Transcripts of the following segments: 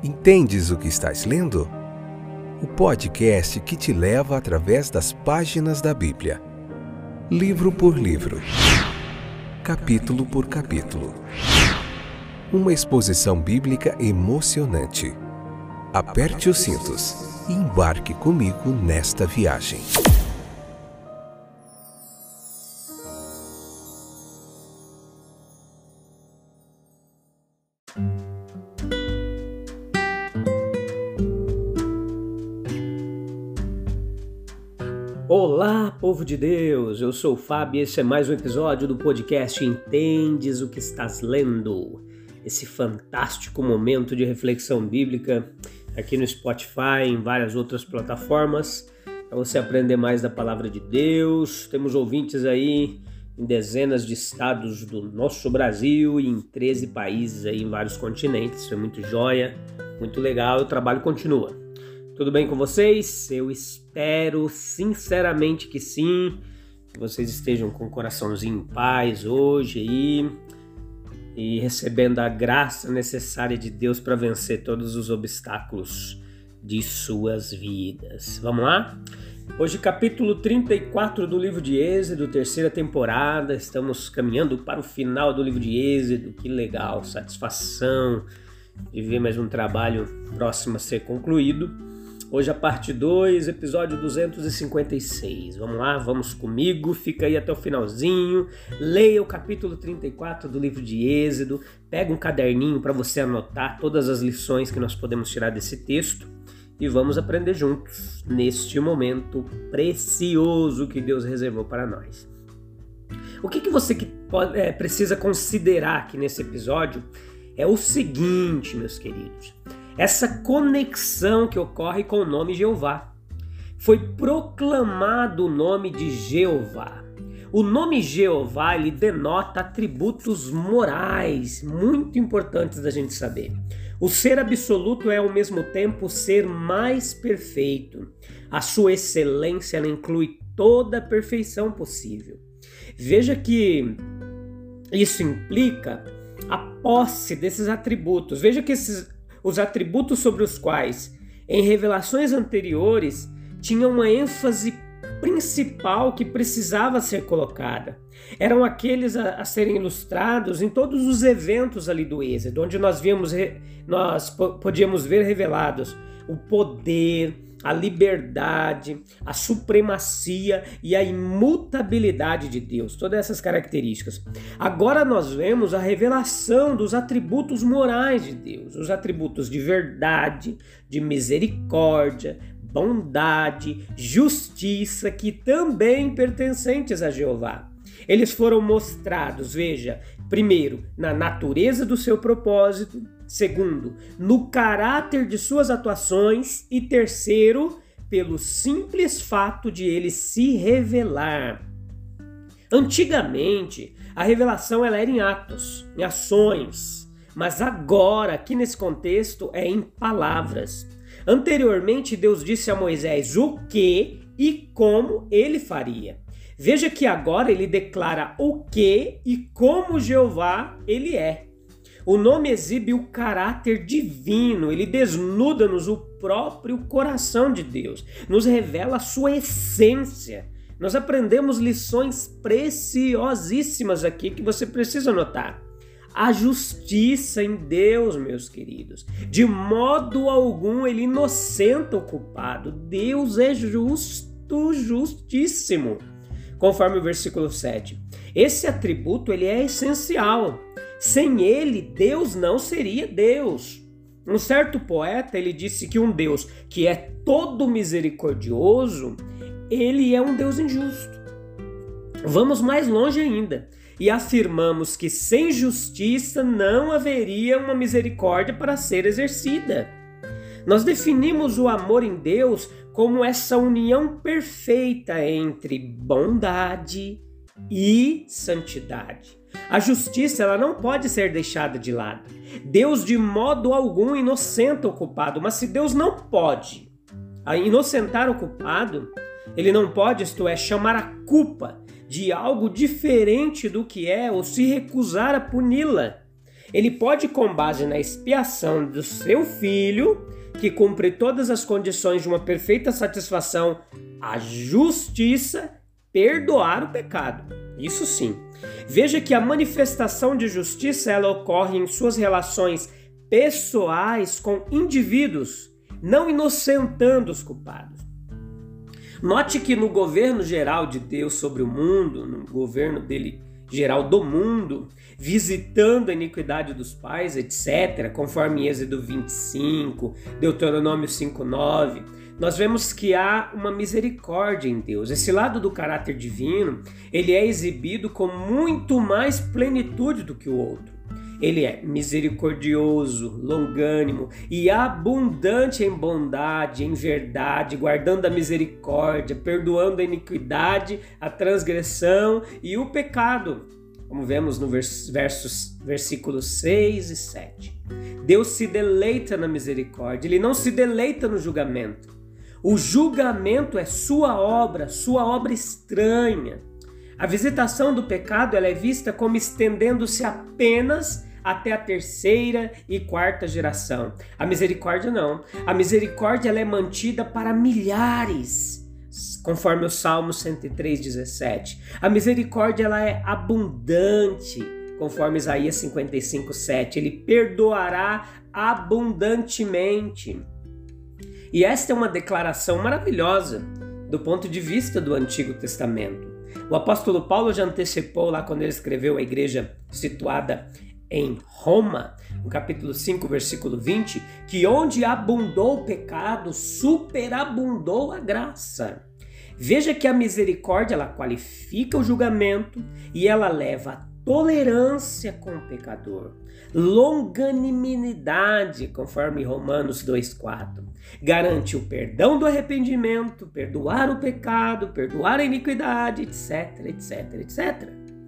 Entendes o que estás lendo? O podcast que te leva através das páginas da Bíblia, livro por livro, capítulo por capítulo. Uma exposição bíblica emocionante. Aperte os cintos e embarque comigo nesta viagem. Olá, povo de Deus! Eu sou o Fábio e esse é mais um episódio do podcast Entendes o que estás lendo? Esse fantástico momento de reflexão bíblica aqui no Spotify, em várias outras plataformas, para você aprender mais da Palavra de Deus. Temos ouvintes aí em dezenas de estados do nosso Brasil e em 13 países aí em vários continentes. Isso é muito joia, muito legal, o trabalho continua. Tudo bem com vocês? Eu espero sinceramente que sim, que vocês estejam com o coraçãozinho em paz hoje aí e recebendo a graça necessária de Deus para vencer todos os obstáculos de suas vidas. Vamos lá? Hoje capítulo 34 do livro de Êxodo, terceira temporada, estamos caminhando para o final do livro de Êxodo, que legal, satisfação de ver mais um trabalho próximo a ser concluído. Hoje a parte 2, episódio 256. Vamos lá, vamos comigo, fica aí até o finalzinho, leia o capítulo 34 do livro de Êxodo, pega um caderninho para você anotar todas as lições que nós podemos tirar desse texto e vamos aprender juntos neste momento precioso que Deus reservou para nós. O que você precisa considerar aqui nesse episódio é o seguinte, meus queridos. Essa conexão que ocorre com o nome Jeová. Foi proclamado o nome de Jeová. O nome Jeová, ele denota atributos morais muito importantes da gente saber. O ser absoluto é ao mesmo tempo o ser mais perfeito. A sua excelência, ela inclui toda a perfeição possível. Veja que isso implica a posse desses atributos. Veja que os atributos sobre os quais, em revelações anteriores, tinham uma ênfase principal que precisava ser colocada. Eram aqueles a serem ilustrados em todos os eventos ali do Êxodo, onde nós podíamos ver revelados o poder, a liberdade, a supremacia e a imutabilidade de Deus, todas essas características. Agora nós vemos a revelação dos atributos morais de Deus, os atributos de verdade, de misericórdia, bondade, justiça, que também pertencentes a Jeová. Eles foram mostrados, veja, primeiro, na natureza do seu propósito, segundo, no caráter de suas atuações e terceiro, pelo simples fato de ele se revelar. Antigamente, a revelação ela era em atos, em ações, mas agora, aqui nesse contexto, é em palavras. Anteriormente, Deus disse a Moisés o que e como ele faria. Veja que agora ele declara o que e como Jeová ele é. O nome exibe o caráter divino, ele desnuda-nos o próprio coração de Deus, nos revela a sua essência. Nós aprendemos lições preciosíssimas aqui que você precisa notar. A justiça em Deus, meus queridos. De modo algum ele inocenta o culpado. Deus é justo, justíssimo. Conforme o versículo 7. Esse atributo ele é essencial. Sem ele, Deus não seria Deus. Um certo poeta ele disse que um Deus que é todo misericordioso, ele é um Deus injusto. Vamos mais longe ainda e afirmamos que sem justiça não haveria uma misericórdia para ser exercida. Nós definimos o amor em Deus como essa união perfeita entre bondade e santidade. A justiça ela não pode ser deixada de lado. Deus de modo algum inocenta o culpado, mas se Deus não pode inocentar o culpado, ele não pode, isto é, chamar a culpa de algo diferente do que é ou se recusar a puni-la. Ele pode, com base na expiação do seu Filho, que cumpre todas as condições de uma perfeita satisfação, a justiça, perdoar o pecado. Isso sim. Veja que a manifestação de justiça ela ocorre em suas relações pessoais com indivíduos, não inocentando os culpados. Note que no governo geral de Deus sobre o mundo, no governo dele geral do mundo, visitando a iniquidade dos pais, etc., conforme Êxodo 25, Deuteronômio 5:9, nós vemos que há uma misericórdia em Deus. Esse lado do caráter divino, ele é exibido com muito mais plenitude do que o outro. Ele é misericordioso, longânimo e abundante em bondade, em verdade, guardando a misericórdia, perdoando a iniquidade, a transgressão e o pecado, como vemos no versículos 6 e 7. Deus se deleita na misericórdia, ele não se deleita no julgamento. O julgamento é sua obra estranha. A visitação do pecado ela é vista como estendendo-se apenas até a terceira e quarta geração. A misericórdia não. A misericórdia ela é mantida para milhares, conforme o Salmo 103:17. A misericórdia ela é abundante, conforme Isaías 55:7. Ele perdoará abundantemente. E esta é uma declaração maravilhosa do ponto de vista do Antigo Testamento. O apóstolo Paulo já antecipou lá quando ele escreveu a igreja situada em Roma, no capítulo 5, versículo 20, que onde abundou o pecado, superabundou a graça. Veja que a misericórdia, ela qualifica o julgamento e ela leva a tolerância com o pecador. Longanimidade, conforme Romanos 2:4, garante o perdão do arrependimento, perdoar o pecado, perdoar a iniquidade, etc, etc, etc.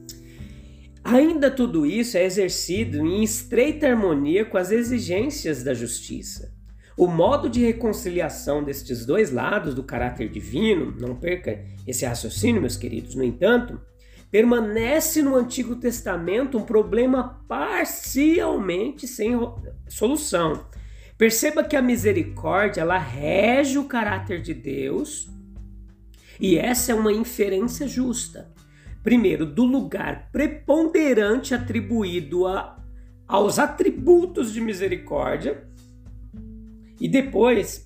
Ainda tudo isso é exercido em estreita harmonia com as exigências da justiça. O modo de reconciliação destes dois lados do caráter divino, não perca esse raciocínio, meus queridos, no entanto, permanece no Antigo Testamento um problema parcialmente sem solução. Perceba que a misericórdia ela rege o caráter de Deus e essa é uma inferência justa. Primeiro, do lugar preponderante atribuído aos atributos de misericórdia e depois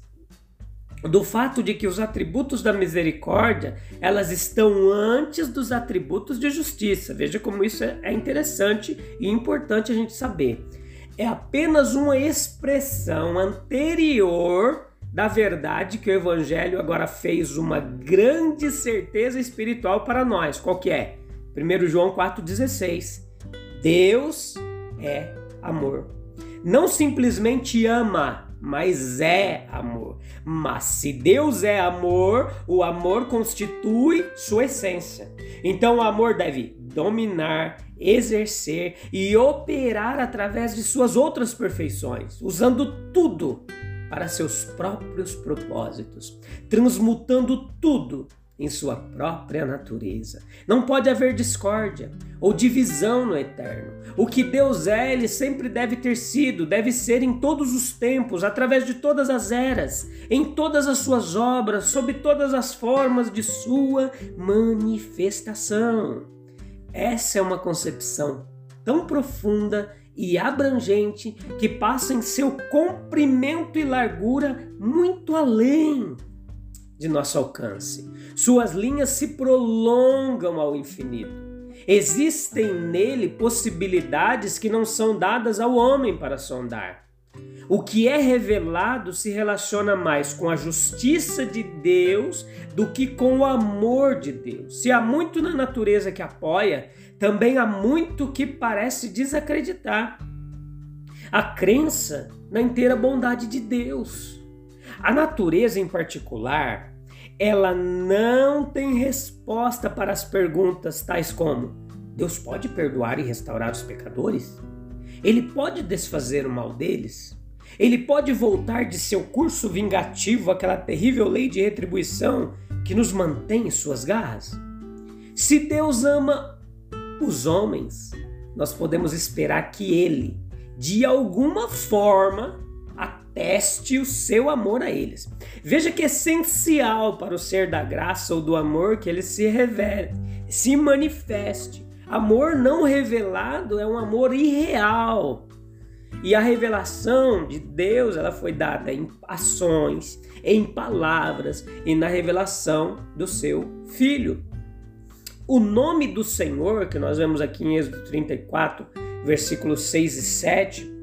do fato de que os atributos da misericórdia elas estão antes dos atributos de justiça. Veja como isso é interessante e importante a gente saber. É apenas uma expressão anterior da verdade que o Evangelho agora fez uma grande certeza espiritual para nós. Qual que é? 1 João 4,16. Deus é amor. Não simplesmente ama, mas é amor. Mas se Deus é amor, o amor constitui sua essência. Então o amor deve dominar, exercer e operar através de suas outras perfeições, usando tudo para seus próprios propósitos, transmutando tudo em sua própria natureza. Não pode haver discórdia ou divisão no eterno. O que Deus é, ele sempre deve ter sido, deve ser em todos os tempos, através de todas as eras, em todas as suas obras, sob todas as formas de sua manifestação. Essa é uma concepção tão profunda e abrangente que passa em seu comprimento e largura muito além de nosso alcance. Suas linhas se prolongam ao infinito. Existem nele possibilidades que não são dadas ao homem para sondar. O que é revelado se relaciona mais com a justiça de Deus do que com o amor de Deus. Se há muito na natureza que apoia, também há muito que parece desacreditar. A crença na inteira bondade de Deus. A natureza em particular, ela não tem resposta para as perguntas tais como: Deus pode perdoar e restaurar os pecadores? Ele pode desfazer o mal deles? Ele pode voltar de seu curso vingativo àquela terrível lei de retribuição que nos mantém em suas garras? Se Deus ama os homens, nós podemos esperar que Ele de alguma forma, ateste o seu amor a eles. Veja que é essencial para o ser da graça ou do amor que ele se revele, se manifeste. Amor não revelado é um amor irreal. E a revelação de Deus, ela foi dada em ações, em palavras e na revelação do seu Filho. O nome do Senhor, que nós vemos aqui em Êxodo 34, versículos 6 e 7,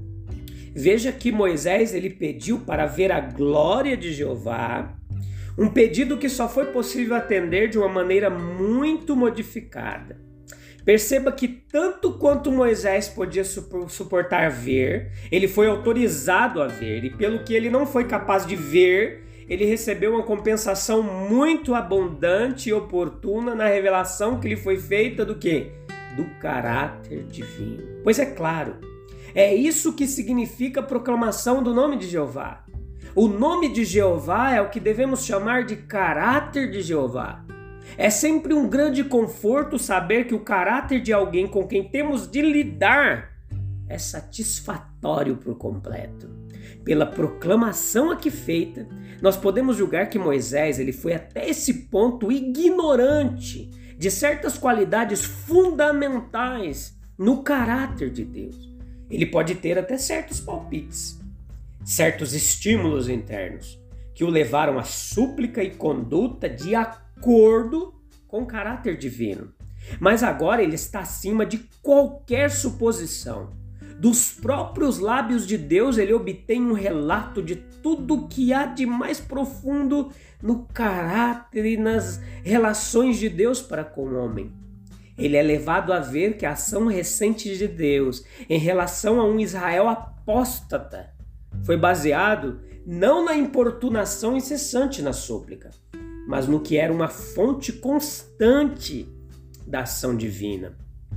veja que Moisés ele pediu para ver a glória de Jeová, um pedido que só foi possível atender de uma maneira muito modificada. Perceba que tanto quanto Moisés podia suportar ver, ele foi autorizado a ver, e pelo que ele não foi capaz de ver, ele recebeu uma compensação muito abundante e oportuna na revelação que lhe foi feita do quê? Do caráter divino. Pois é claro, é isso que significa a proclamação do nome de Jeová. O nome de Jeová é o que devemos chamar de caráter de Jeová. É sempre um grande conforto saber que o caráter de alguém com quem temos de lidar é satisfatório por completo. Pela proclamação aqui feita, nós podemos julgar que Moisés ele foi até esse ponto ignorante de certas qualidades fundamentais no caráter de Deus. Ele pode ter até certos palpites, certos estímulos internos que o levaram à súplica e conduta de acordo com o caráter divino. Mas agora ele está acima de qualquer suposição. Dos próprios lábios de Deus ele obtém um relato de tudo que há de mais profundo no caráter e nas relações de Deus para com o homem. Ele é levado a ver que a ação recente de Deus em relação a um Israel apóstata foi baseado não na importunação incessante na súplica, mas no que era uma fonte constante da ação divina.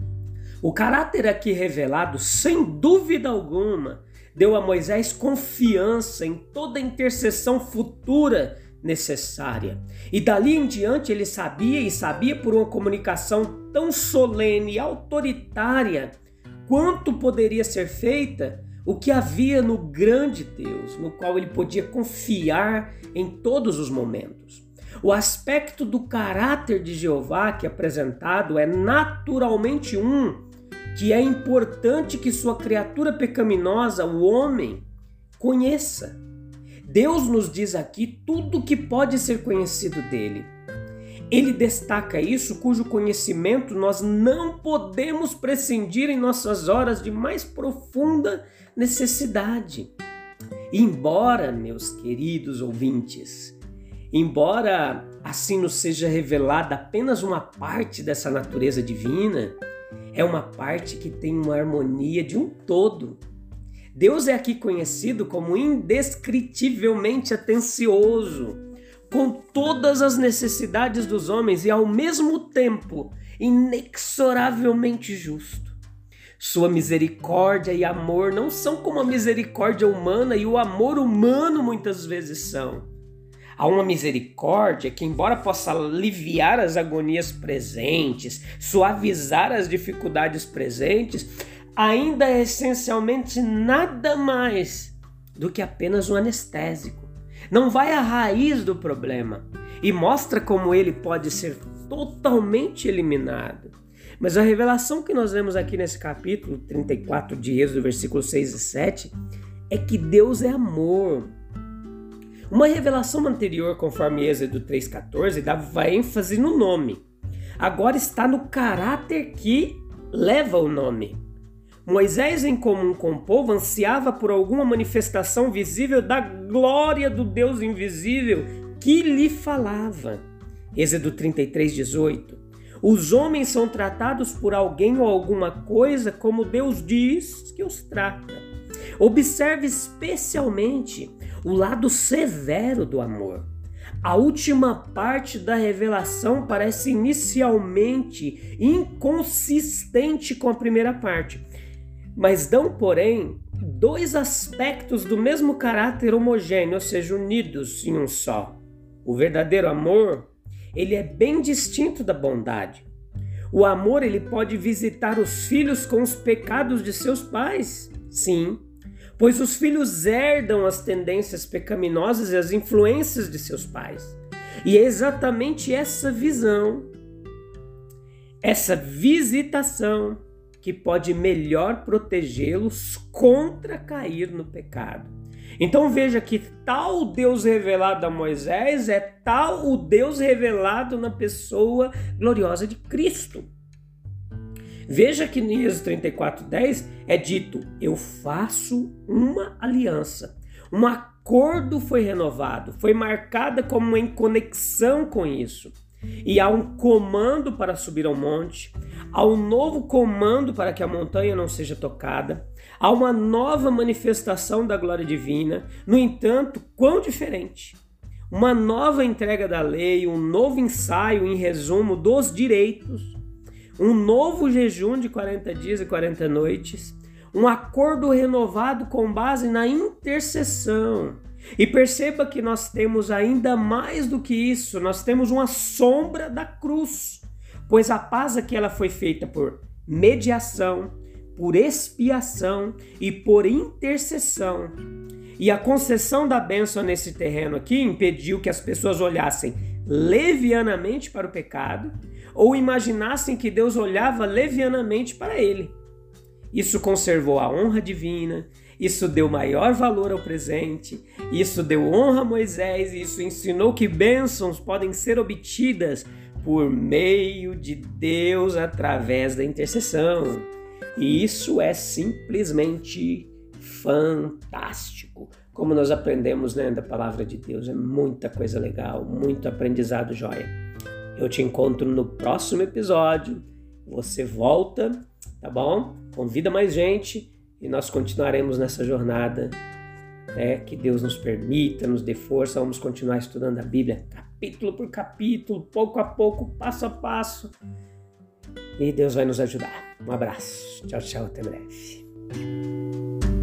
O caráter aqui revelado, sem dúvida alguma, deu a Moisés confiança em toda a intercessão futura necessária. E dali em diante ele sabia por uma comunicação tão solene e autoritária quanto poderia ser feita o que havia no grande Deus, no qual ele podia confiar em todos os momentos. O aspecto do caráter de Jeová que é apresentado é naturalmente que é importante que sua criatura pecaminosa, o homem, conheça. Deus nos diz aqui tudo o que pode ser conhecido dele. Ele destaca isso, cujo conhecimento nós não podemos prescindir em nossas horas de mais profunda necessidade. Embora, meus queridos ouvintes, embora assim nos seja revelada apenas uma parte dessa natureza divina, é uma parte que tem uma harmonia de um todo. Deus é aqui conhecido como indescritivelmente atencioso, com todas as necessidades dos homens e ao mesmo tempo inexoravelmente justo. Sua misericórdia e amor não são como a misericórdia humana e o amor humano muitas vezes são. Há uma misericórdia que, embora possa aliviar as agonias presentes, suavizar as dificuldades presentes, ainda é essencialmente nada mais do que apenas um anestésico. Não vai à raiz do problema e mostra como ele pode ser totalmente eliminado. Mas a revelação que nós vemos aqui nesse capítulo 34 de Êxodo, versículos 6 e 7, é que Deus é amor. Uma revelação anterior, conforme Êxodo 3,14, dava ênfase no nome. Agora está no caráter que leva o nome. Moisés, em comum com o povo, ansiava por alguma manifestação visível da glória do Deus invisível que lhe falava. Êxodo 33,18. Os homens são tratados por alguém ou alguma coisa como Deus diz que os trata. Observe especialmente o lado severo do amor. A última parte da revelação parece inicialmente inconsistente com a primeira parte, mas dão, porém, dois aspectos do mesmo caráter homogêneo, ou seja, unidos em um só. O verdadeiro amor, ele é bem distinto da bondade. O amor, ele pode visitar os filhos com os pecados de seus pais. Sim, pois os filhos herdam as tendências pecaminosas e as influências de seus pais. E é exatamente essa visão, essa visitação, que pode melhor protegê-los contra cair no pecado. Então veja que tal Deus revelado a Moisés é tal o Deus revelado na pessoa gloriosa de Cristo. Veja que em Êxodo 34:10 é dito: eu faço uma aliança. Um acordo foi renovado, foi marcada como em conexão com isso. E há um comando para subir ao monte, há um novo comando para que a montanha não seja tocada, há uma nova manifestação da glória divina. No entanto, quão diferente! Uma nova entrega da lei, um novo ensaio, em resumo, dos direitos, um novo jejum de 40 dias e 40 noites, um acordo renovado com base na intercessão. E perceba que nós temos ainda mais do que isso, nós temos uma sombra da cruz, pois a paz aqui ela foi feita por mediação, por expiação e por intercessão. E a concessão da bênção nesse terreno aqui impediu que as pessoas olhassem levianamente para o pecado ou imaginassem que Deus olhava levianamente para ele. Isso conservou a honra divina, isso deu maior valor ao presente, isso deu honra a Moisés e isso ensinou que bênçãos podem ser obtidas por meio de Deus através da intercessão. E isso é simplesmente fantástico. Como nós aprendemos, da palavra de Deus, é muita coisa legal, muito aprendizado joia. Eu te encontro no próximo episódio, você volta, tá bom? Convida mais gente e nós continuaremos nessa jornada, que Deus nos permita, nos dê força, vamos continuar estudando a Bíblia, capítulo por capítulo, pouco a pouco, passo a passo, e Deus vai nos ajudar. Um abraço, tchau, tchau, até breve.